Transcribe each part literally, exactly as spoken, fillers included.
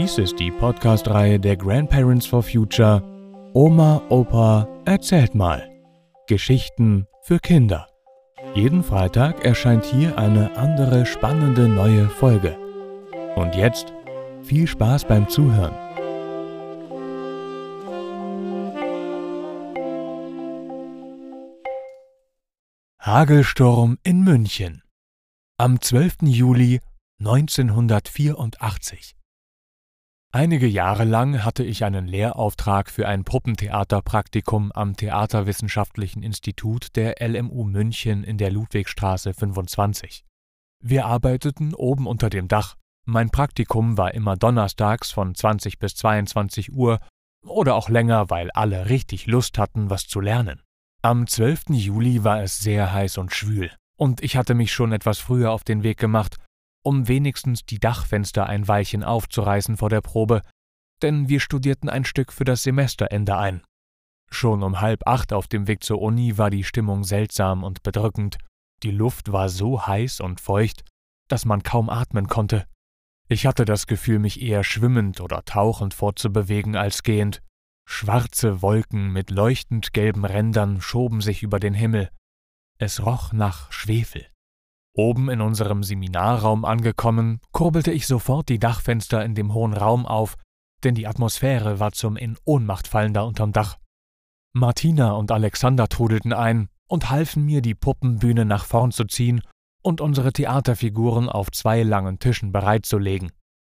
Dies ist die Podcast-Reihe der Grandparents for Future Oma, Opa, erzählt mal. Geschichten für Kinder. Jeden Freitag erscheint hier eine andere spannende neue Folge. Und jetzt viel Spaß beim Zuhören. Hagelsturm in München. Am zwölften Juli neunzehnhundertvierundachtzig. Einige Jahre lang hatte ich einen Lehrauftrag für ein Puppentheaterpraktikum am Theaterwissenschaftlichen Institut der L M U München in der Ludwigstraße fünfundzwanzig. Wir arbeiteten oben unter dem Dach. Mein Praktikum war immer donnerstags von zwanzig bis zweiundzwanzig Uhr oder auch länger, weil alle richtig Lust hatten, was zu lernen. Am zwölften Juli war es sehr heiß und schwül und ich hatte mich schon etwas früher auf den Weg gemacht, um wenigstens die Dachfenster ein Weilchen aufzureißen vor der Probe, denn wir studierten ein Stück für das Semesterende ein. Schon um halb acht auf dem Weg zur Uni war die Stimmung seltsam und bedrückend. Die Luft war so heiß und feucht, dass man kaum atmen konnte. Ich hatte das Gefühl, mich eher schwimmend oder tauchend fortzubewegen als gehend. Schwarze Wolken mit leuchtend gelben Rändern schoben sich über den Himmel. Es roch nach Schwefel. Oben in unserem Seminarraum angekommen, kurbelte ich sofort die Dachfenster in dem hohen Raum auf, denn die Atmosphäre war zum in Ohnmacht fallen da unterm Dach. Martina und Alexander trudelten ein und halfen mir, die Puppenbühne nach vorn zu ziehen und unsere Theaterfiguren auf zwei langen Tischen bereitzulegen.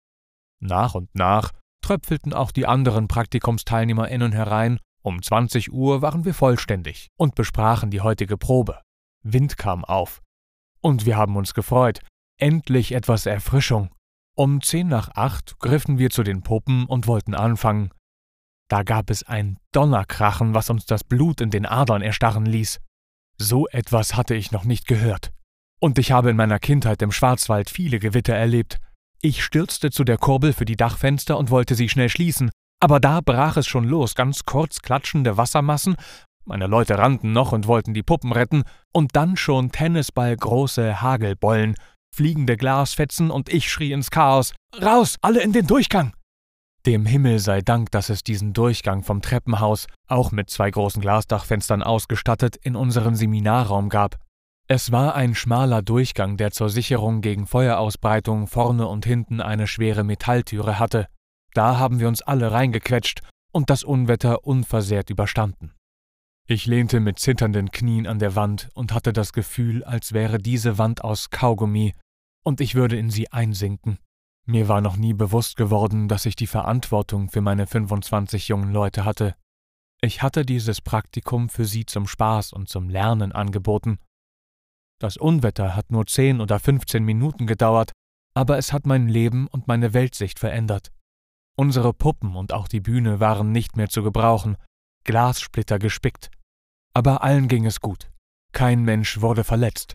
Nach und nach tröpfelten auch die anderen PraktikumsteilnehmerInnen herein. Um zwanzig Uhr waren wir vollständig und besprachen die heutige Probe. Wind kam auf. Und wir haben uns gefreut. Endlich etwas Erfrischung. Um zehn nach acht griffen wir zu den Puppen und wollten anfangen. Da gab es ein Donnerkrachen, was uns das Blut in den Adern erstarren ließ. So etwas hatte ich noch nicht gehört. Und ich habe in meiner Kindheit im Schwarzwald viele Gewitter erlebt. Ich stürzte zu der Kurbel für die Dachfenster und wollte sie schnell schließen. Aber da brach es schon los, ganz kurz klatschende Wassermassen. Meine Leute rannten noch und wollten die Puppen retten, und dann schon tennisballgroße Hagelbollen, fliegende Glasfetzen, und ich schrie ins Chaos: »Raus, alle in den Durchgang!« Dem Himmel sei Dank, dass es diesen Durchgang vom Treppenhaus, auch mit zwei großen Glasdachfenstern ausgestattet, in unseren Seminarraum gab. Es war ein schmaler Durchgang, der zur Sicherung gegen Feuerausbreitung vorne und hinten eine schwere Metalltüre hatte. Da haben wir uns alle reingequetscht und das Unwetter unversehrt überstanden. Ich lehnte mit zitternden Knien an der Wand und hatte das Gefühl, als wäre diese Wand aus Kaugummi und ich würde in sie einsinken. Mir war noch nie bewusst geworden, dass ich die Verantwortung für meine fünfundzwanzig jungen Leute hatte. Ich hatte dieses Praktikum für sie zum Spaß und zum Lernen angeboten. Das Unwetter hat nur zehn oder fünfzehn Minuten gedauert, aber es hat mein Leben und meine Weltsicht verändert. Unsere Puppen und auch die Bühne waren nicht mehr zu gebrauchen, Glassplitter gespickt. Aber allen ging es gut. Kein Mensch wurde verletzt.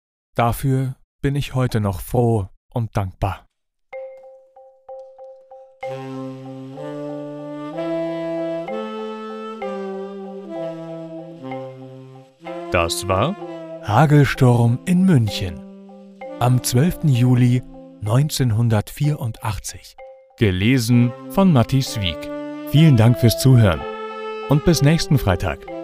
Dafür bin ich heute noch froh und dankbar. Das war Hagelsturm in München am zwölften Juli neunzehnhundertvierundachtzig. Gelesen von Matthias Wieck. Vielen Dank fürs Zuhören und bis nächsten Freitag.